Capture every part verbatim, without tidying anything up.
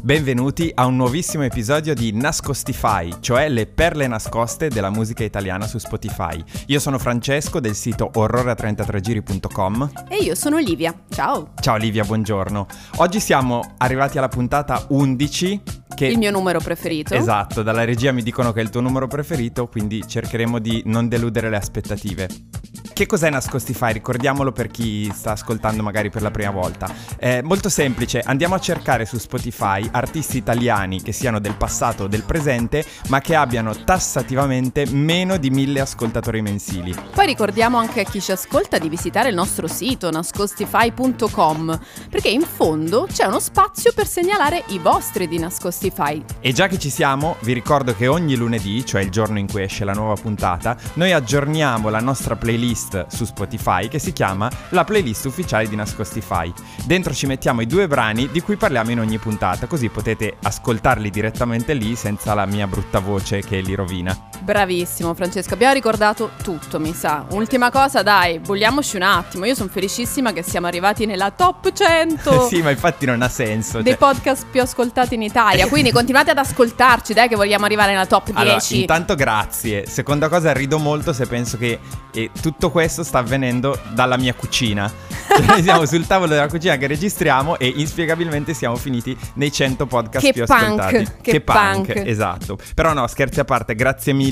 Benvenuti a un nuovissimo episodio di Nascostify, cioè le perle nascoste della musica italiana su Spotify. Io sono Francesco del sito orrore a trentatré giri punto com. E io sono Olivia, ciao! Ciao Olivia, buongiorno. Oggi siamo arrivati alla puntata undici. Che... Il mio numero preferito. Esatto, dalla regia mi dicono che è il tuo numero preferito, quindi cercheremo di non deludere le aspettative. Che cos'è Nascostify? Ricordiamolo per chi sta ascoltando magari per la prima volta. È molto semplice, andiamo a cercare su Spotify artisti italiani che siano del passato o del presente, ma che abbiano tassativamente meno di mille ascoltatori mensili. Poi ricordiamo anche a chi ci ascolta di visitare il nostro sito nascostify punto com, perché in fondo c'è uno spazio per segnalare i vostri di Nascostify. E già che ci siamo, vi ricordo che ogni lunedì, cioè il giorno in cui esce la nuova puntata, noi aggiorniamo la nostra playlist su Spotify che si chiama la playlist ufficiale di Nascostify. Dentro ci mettiamo i due brani di cui parliamo in ogni puntata, così potete ascoltarli direttamente lì senza la mia brutta voce che li rovina. Bravissimo Francesco, abbiamo ricordato tutto, mi sa. Ultima cosa, dai, bulliamoci un attimo. Io sono felicissima che siamo arrivati nella top cento. Sì, ma infatti non ha senso. Dei cioè... podcast più ascoltati in Italia. Quindi continuate ad ascoltarci, dai, che vogliamo arrivare nella top dieci. Allora, intanto grazie. Seconda cosa, rido molto se penso che eh, tutto questo sta avvenendo dalla mia cucina. Cioè, noi siamo sul tavolo della cucina che registriamo e inspiegabilmente siamo finiti nei cento podcast che più punk, ascoltati. Che, che punk, punk, esatto. Però no, scherzi a parte, grazie mille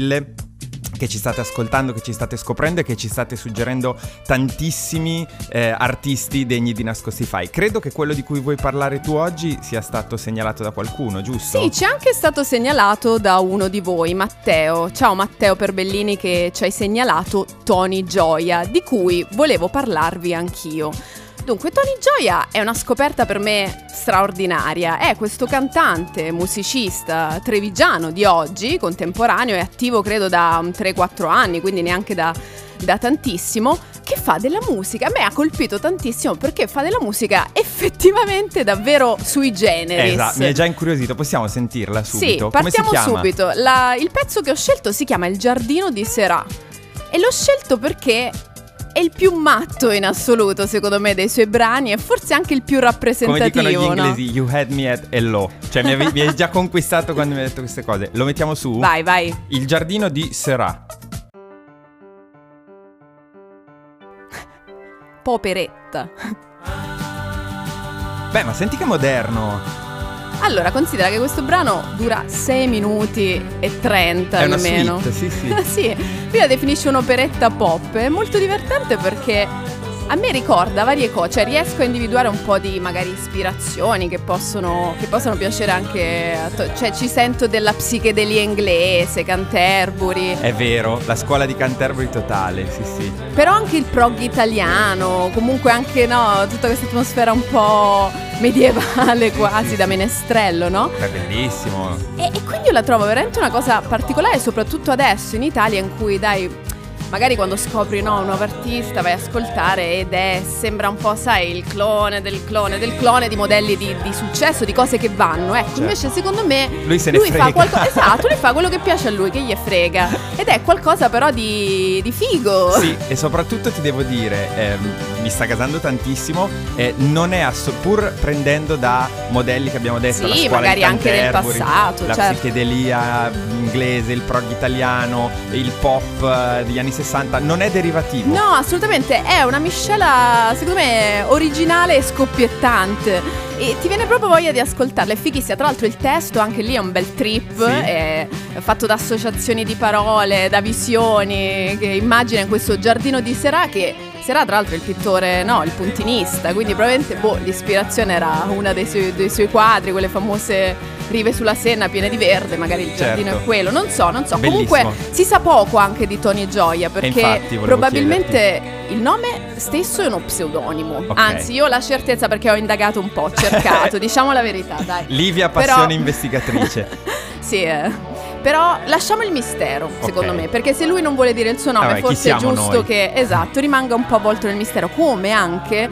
che ci state ascoltando, che ci state scoprendo e che ci state suggerendo tantissimi eh, artisti degni di Nascostify. Credo che quello di cui vuoi parlare tu oggi sia stato segnalato da qualcuno, giusto? Sì, c'è anche stato segnalato da uno di voi, Matteo. Ciao Matteo Perbellini, che ci hai segnalato Tony Gioia, di cui volevo parlarvi anch'io. Dunque, Tony Gioia è una scoperta per me straordinaria. È questo cantante, musicista trevigiano di oggi, contemporaneo, è attivo credo da tre quattro anni, quindi neanche da, da tantissimo, che fa della musica. A me ha colpito tantissimo perché fa della musica effettivamente davvero sui generis. Esatto, mi è già incuriosito, possiamo sentirla subito? Sì, partiamo Come si chiama? subito. La, il pezzo che ho scelto si chiama Il giardino di Serà e l'ho scelto perché è il più matto in assoluto, secondo me, dei suoi brani e forse anche il più rappresentativo. Come dicono gli no? inglesi, you had me at hello. Cioè mi hai, mi hai già conquistato quando mi hai detto queste cose. Lo mettiamo su? Vai, vai. Il giardino di Serà. Poperetta. Beh, ma senti che moderno. Allora, considera che questo brano dura sei minuti e trenta È una almeno. suite, sì, sì. Sì, lui la definisce un'operetta pop. È molto divertente perché a me ricorda varie cose, cioè riesco a individuare un po' di magari ispirazioni che possono, che possono piacere anche a to- cioè ci sento della psichedelia inglese, Canterbury. È vero, la scuola di Canterbury totale, sì sì. Però anche il prog italiano, comunque anche no, tutta questa atmosfera un po' medievale quasi, sì, da sì. menestrello, no? È bellissimo. E, e quindi io la trovo veramente una cosa particolare, soprattutto adesso in Italia in cui dai... Magari quando scopri no, un nuovo artista vai a ascoltare ed è, sembra un po', sai, il clone del clone del clone di modelli di, di successo, di cose che vanno. Ecco, certo. Invece secondo me lui se ne lui frega. fa qualcosa, esatto, lui fa quello che piace a lui, che gli frega. Ed è qualcosa però di, di figo. Sì, e soprattutto ti devo dire, ehm, mi sta gasando tantissimo, eh, non è asso- pur prendendo da modelli che abbiamo detto, sì, la scuola magari di anche del Canterbury, passato, la certo. psichedelia inglese, il prog italiano, il pop eh, degli anni sessanta, non è derivativo. No, assolutamente, è una miscela secondo me originale e scoppiettante e ti viene proprio voglia di ascoltarla, è fighissima. Tra l'altro il testo anche lì è un bel trip, sì. È fatto da associazioni di parole, da visioni, che immagina in questo giardino di Serà, che Serà tra l'altro il pittore, no, il puntinista, quindi probabilmente boh, l'ispirazione era una dei suoi, dei suoi quadri, quelle famose rive sulla Senna piene di verde, magari il giardino certo. è quello, non so, non so. Bellissimo. Comunque si sa poco anche di Tony Gioia perché infatti, probabilmente chiederti. il nome stesso è uno pseudonimo. Okay. Anzi, io ho la certezza perché ho indagato un po', ho cercato, diciamo la verità, dai. Livia passione Però... investigatrice. Sì, eh. Però lasciamo il mistero, secondo Ok. me, perché se lui non vuole dire il suo nome, Ah, beh, chi forse è siamo giusto noi? che, esatto, rimanga un po' avvolto nel mistero, come anche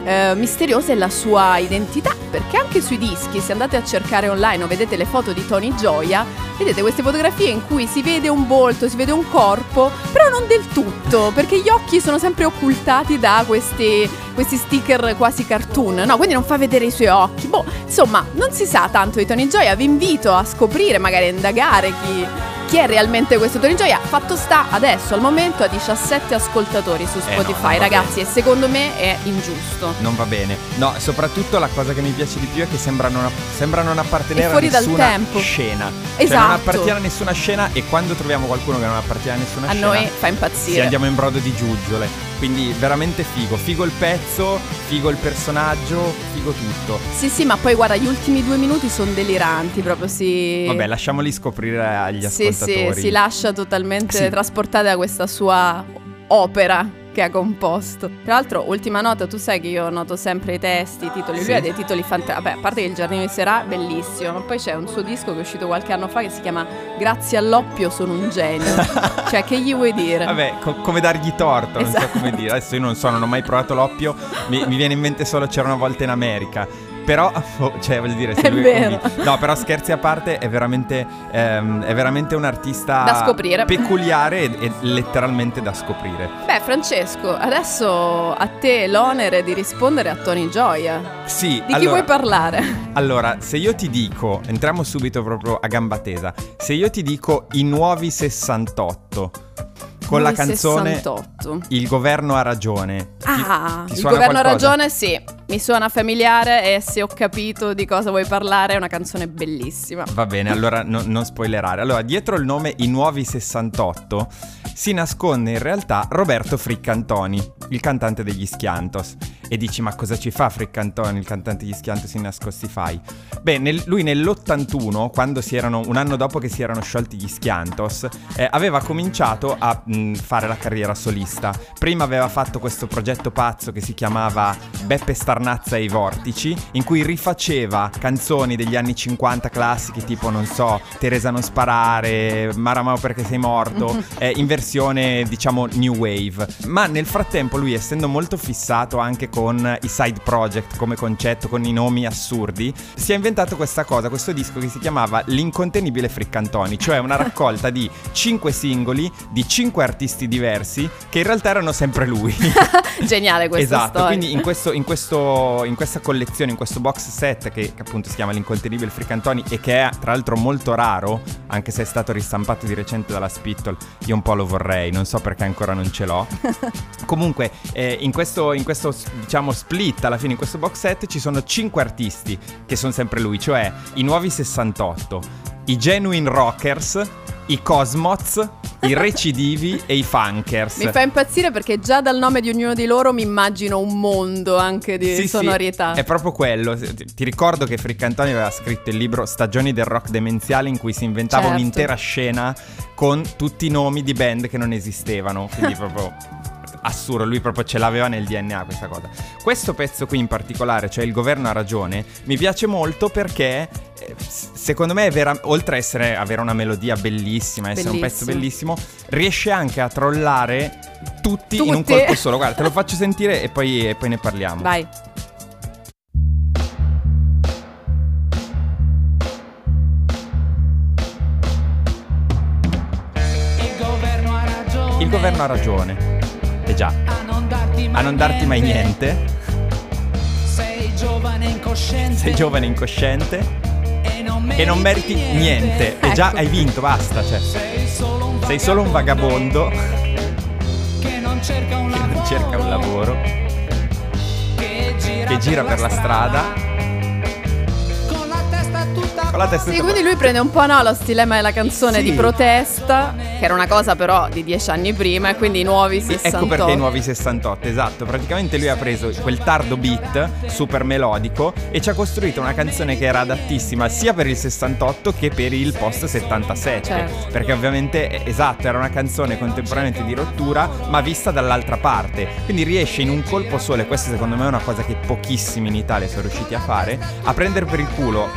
eh, misteriosa è la sua identità, perché anche sui dischi, se andate a cercare online o vedete le foto di Tony Gioia, vedete queste fotografie in cui si vede un volto, si vede un corpo, però non del tutto, perché gli occhi sono sempre occultati da questi, questi sticker quasi cartoon, no? Quindi non fa vedere i suoi occhi. Boh, insomma, non si sa tanto di Tony Gioia, vi invito a scoprire, magari a indagare chi... chi è realmente questo Tony Gioia. Fatto sta, adesso al momento ha diciassette ascoltatori su Spotify, eh no, ragazzi, bene. E secondo me è ingiusto. Non va bene. No, soprattutto la cosa che mi piace di più è che sembra non, sembra non appartenere fuori a nessuna dal tempo. scena. Esatto. Cioè non appartiene a nessuna scena, e quando troviamo qualcuno che non appartiene a nessuna a scena, noi fa impazzire. Sì, andiamo in brodo di giuggiole. Quindi veramente figo, figo il pezzo, figo il personaggio, figo tutto. Sì, sì, ma poi guarda, gli ultimi due minuti sono deliranti, proprio si... Vabbè, lasciamoli scoprire agli sì, ascoltatori. Sì, si lascia totalmente sì. trasportare da questa sua opera che ha composto. Tra l'altro, ultima nota, tu sai che io noto sempre i testi, i titoli. Sì. Lui ha dei titoli fantastici. Vabbè, a parte che Il giardino di Sera, bellissimo. Ma poi c'è un suo disco che è uscito qualche anno fa che si chiama Grazie all'oppio sono un genio. Cioè, che gli vuoi dire? Vabbè, co- come dargli torto, non esatto. so come dire. Adesso io non so, non ho mai provato l'oppio. Mi, mi viene in mente solo C'era una volta in America. Però, oh, cioè, voglio dire, se è lui vero. È no, però scherzi a parte, è veramente, ehm, è veramente un artista da scoprire, peculiare e, e letteralmente da scoprire. Beh, Francesco, adesso a te l'onere di rispondere a Tony Gioia. Sì, di allora, chi vuoi parlare? Allora, se io ti dico, entriamo subito proprio a gamba tesa. Se io ti dico I nuovi sessantotto, con la canzone sessantotto. Il governo ha ragione. Ah, ti, ti il governo ha qualcosa? ragione, sì. Mi suona familiare e se ho capito di cosa vuoi parlare è una canzone bellissima. Va bene, allora no, non spoilerare. Allora, dietro il nome I nuovi sessantotto si nasconde in realtà Roberto Friccantoni, il cantante degli Schiantos. E dici, ma cosa ci fa Friccantoni, il cantante degli Schiantos in Nascostify? Beh, nel, lui nell'ottantuno, quando si erano, un anno dopo che si erano sciolti gli Schiantos, eh, aveva cominciato a mh, fare la carriera solista. Prima aveva fatto questo progetto pazzo che si chiamava Beppe Starnazza e i Vortici, in cui rifaceva canzoni degli anni cinquanta classiche, tipo, non so, Teresa non sparare, Maramao perché sei morto, eh, in versione, diciamo, new wave. Ma nel frattempo lui, essendo molto fissato anche con i side project come concetto, con i nomi assurdi, si è inventato questa cosa, questo disco che si chiamava L'incontenibile Friccantoni, cioè una raccolta di cinque singoli di cinque artisti diversi che in realtà erano sempre lui. Geniale questa esatto, storia. quindi in, questo, in, questo, in questa collezione, in questo box set che, che appunto si chiama L'incontenibile Friccantoni e che è tra l'altro molto raro, anche se è stato ristampato di recente dalla Spittle, io un po' lo vorrei, non so perché ancora non ce l'ho. Comunque eh, in questo, in questo diciamo split, alla fine in questo box set ci sono cinque artisti che sono sempre lui, cioè i nuovi sessantotto, i Genuine Rockers, i Cosmoz, i Recidivi e i Funkers. Mi fa impazzire perché già dal nome di ognuno di loro mi immagino un mondo anche di sì, sonorità. Sì, è proprio quello. Ti ricordo che Friccantoni aveva scritto il libro Stagioni del rock demenziale, in cui si inventava certo. un'intera scena con tutti i nomi di band che non esistevano. Quindi proprio assurdo, lui proprio ce l'aveva nel D N A questa cosa. Questo pezzo qui in particolare, cioè Il governo ha ragione, mi piace molto perché eh, secondo me è vera, oltre a essere avere una melodia bellissima, essere bellissimo. un pezzo bellissimo, riesce anche a trollare tutti, tutti. in un colpo solo. Guarda, te lo faccio sentire e poi, e poi ne parliamo. Vai. Il governo ha ragione. E già, a non darti mai, a non darti mai niente. niente. Sei giovane incosciente. Sei giovane incosciente e non meriti, e non meriti niente. niente. E già Ecco. hai vinto, basta. Cioè, Sei solo un sei solo un vagabondo che non cerca un che lavoro, non cerca un lavoro, che gira, che gira per la strada con la testa tutta con la testa Sì, tutta- quindi lui prende un po' no, lo stilema della canzone Sì. di protesta, che era una cosa però di dieci anni prima, e quindi i nuovi sessantotto. Ecco perché i nuovi sessantotto, esatto. Praticamente lui ha preso quel tardo beat super melodico e ci ha costruito una canzone che era adattissima sia per il sessantotto che per il post settantasette. Certo. Perché ovviamente, eh, esatto, era una canzone contemporaneamente di rottura, ma vista dall'altra parte. Quindi riesce in un colpo solo, e questa secondo me è una cosa che pochissimi in Italia sono riusciti a fare, a prendere per il culo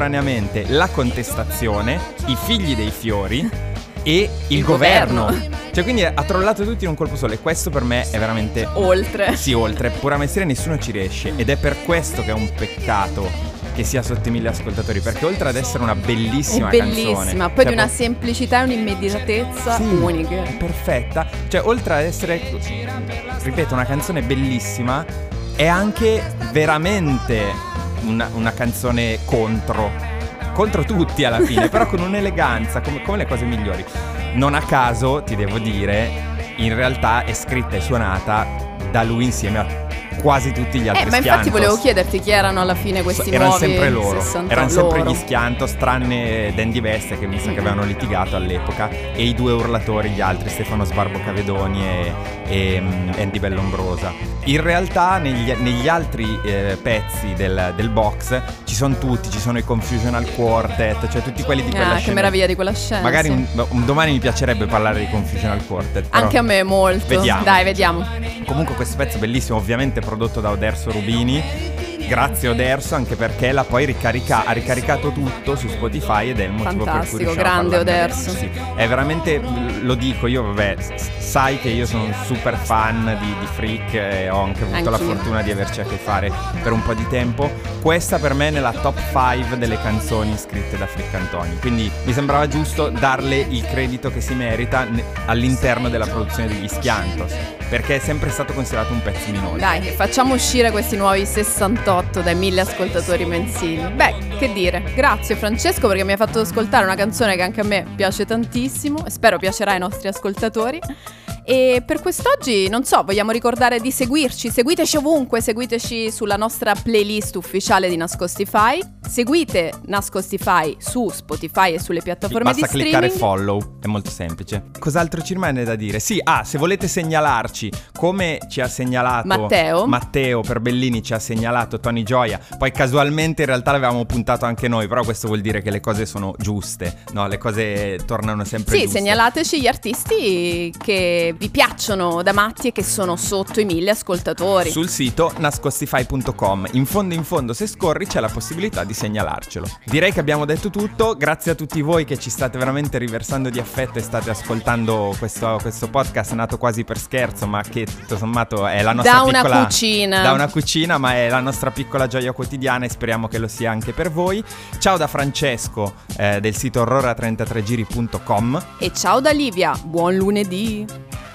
contemporaneamente la contestazione, i figli dei fiori e il, Il governo. governo. Cioè quindi ha trollato tutti in un colpo solo, e questo per me è veramente Oltre. Sì, oltre, pura mestiere, nessuno ci riesce, ed è per questo che è un peccato che sia sotto i mille ascoltatori, perché oltre ad essere una bellissima, È bellissima, canzone, poi cioè, di una semplicità e un'immediatezza sì, uniche. è perfetta. Cioè oltre ad essere, ripeto, una canzone bellissima, è anche veramente una, una canzone contro Contro tutti alla fine, però con un'eleganza, come, come le cose migliori. Non a caso, ti devo dire, in realtà è scritta e suonata da lui insieme a quasi tutti gli altri Eh, ma infatti Schiantos. volevo chiederti chi erano alla fine questi Erano nuovi sempre loro, sessanta erano sempre loro. gli Schiantos, tranne Dandy Veste che mi sa che avevano litigato all'epoca, e i due urlatori, gli altri, Stefano Sbarbo Cavedoni e, e um, Andy Bellombrosa. In realtà negli, negli altri eh, pezzi del, del box ci sono tutti, ci sono i Confusional Quartet, cioè tutti quelli di quella Ah, scena. che meraviglia di quella scena. Magari sì. un, un domani mi piacerebbe parlare di Confusional Quartet, però Anche a me molto. Vediamo. Dai, vediamo. Comunque questo pezzo è bellissimo, ovviamente prodotto da Oderso Rubini. Grazie Oderso, anche perché l'ha poi ricarica, ha ricaricato tutto su Spotify, ed è il motivo per cui Fantastico, riusciamo a grande parlarne Oderso. adesso. Sì, è veramente, lo dico io, vabbè, s- sai che io sono un super fan di, di Freak, e ho anche avuto la Anch'io. fortuna di averci a che fare per un po' di tempo. Questa per me è nella top cinque delle canzoni scritte da Freak Antoni, quindi mi sembrava giusto darle il credito che si merita ne- all'interno della produzione degli Schiantos, perché è sempre stato considerato un pezzo minore. Dai, facciamo uscire questi nuovi sessantotto dai mille ascoltatori mensili. Beh, che dire, grazie Francesco, perché mi hai fatto ascoltare una canzone che anche a me piace tantissimo e spero piacerà ai nostri ascoltatori. E per quest'oggi, non so, vogliamo ricordare di seguirci, seguiteci ovunque, seguiteci sulla nostra playlist ufficiale di Nascostify, seguite Nascostify su Spotify e sulle piattaforme Basta di cliccare streaming. follow, è molto semplice. Cos'altro ci rimane da dire? Sì, ah, se volete segnalarci, come ci ha segnalato Matteo. Matteo per Bellini, ci ha segnalato Tony Gioia. Poi casualmente in realtà l'avevamo puntato anche noi, però questo vuol dire che le cose sono giuste, no? Le cose tornano sempre Sì, giuste. segnalateci gli artisti che vi piacciono da matti e che sono sotto i mille ascoltatori. Sul sito nascostify punto com, in fondo in fondo se scorri c'è la possibilità di segnalarcelo. Direi che abbiamo detto tutto, grazie a tutti voi che ci state veramente riversando di affetto e state ascoltando questo, questo podcast nato quasi per scherzo, ma che tutto sommato è la nostra Da una piccola cucina. Da una cucina, ma è la nostra piccola gioia quotidiana, e speriamo che lo sia anche per voi. Ciao da Francesco eh, del sito aurora trentatré giri punto com. E ciao da Livia, buon lunedì.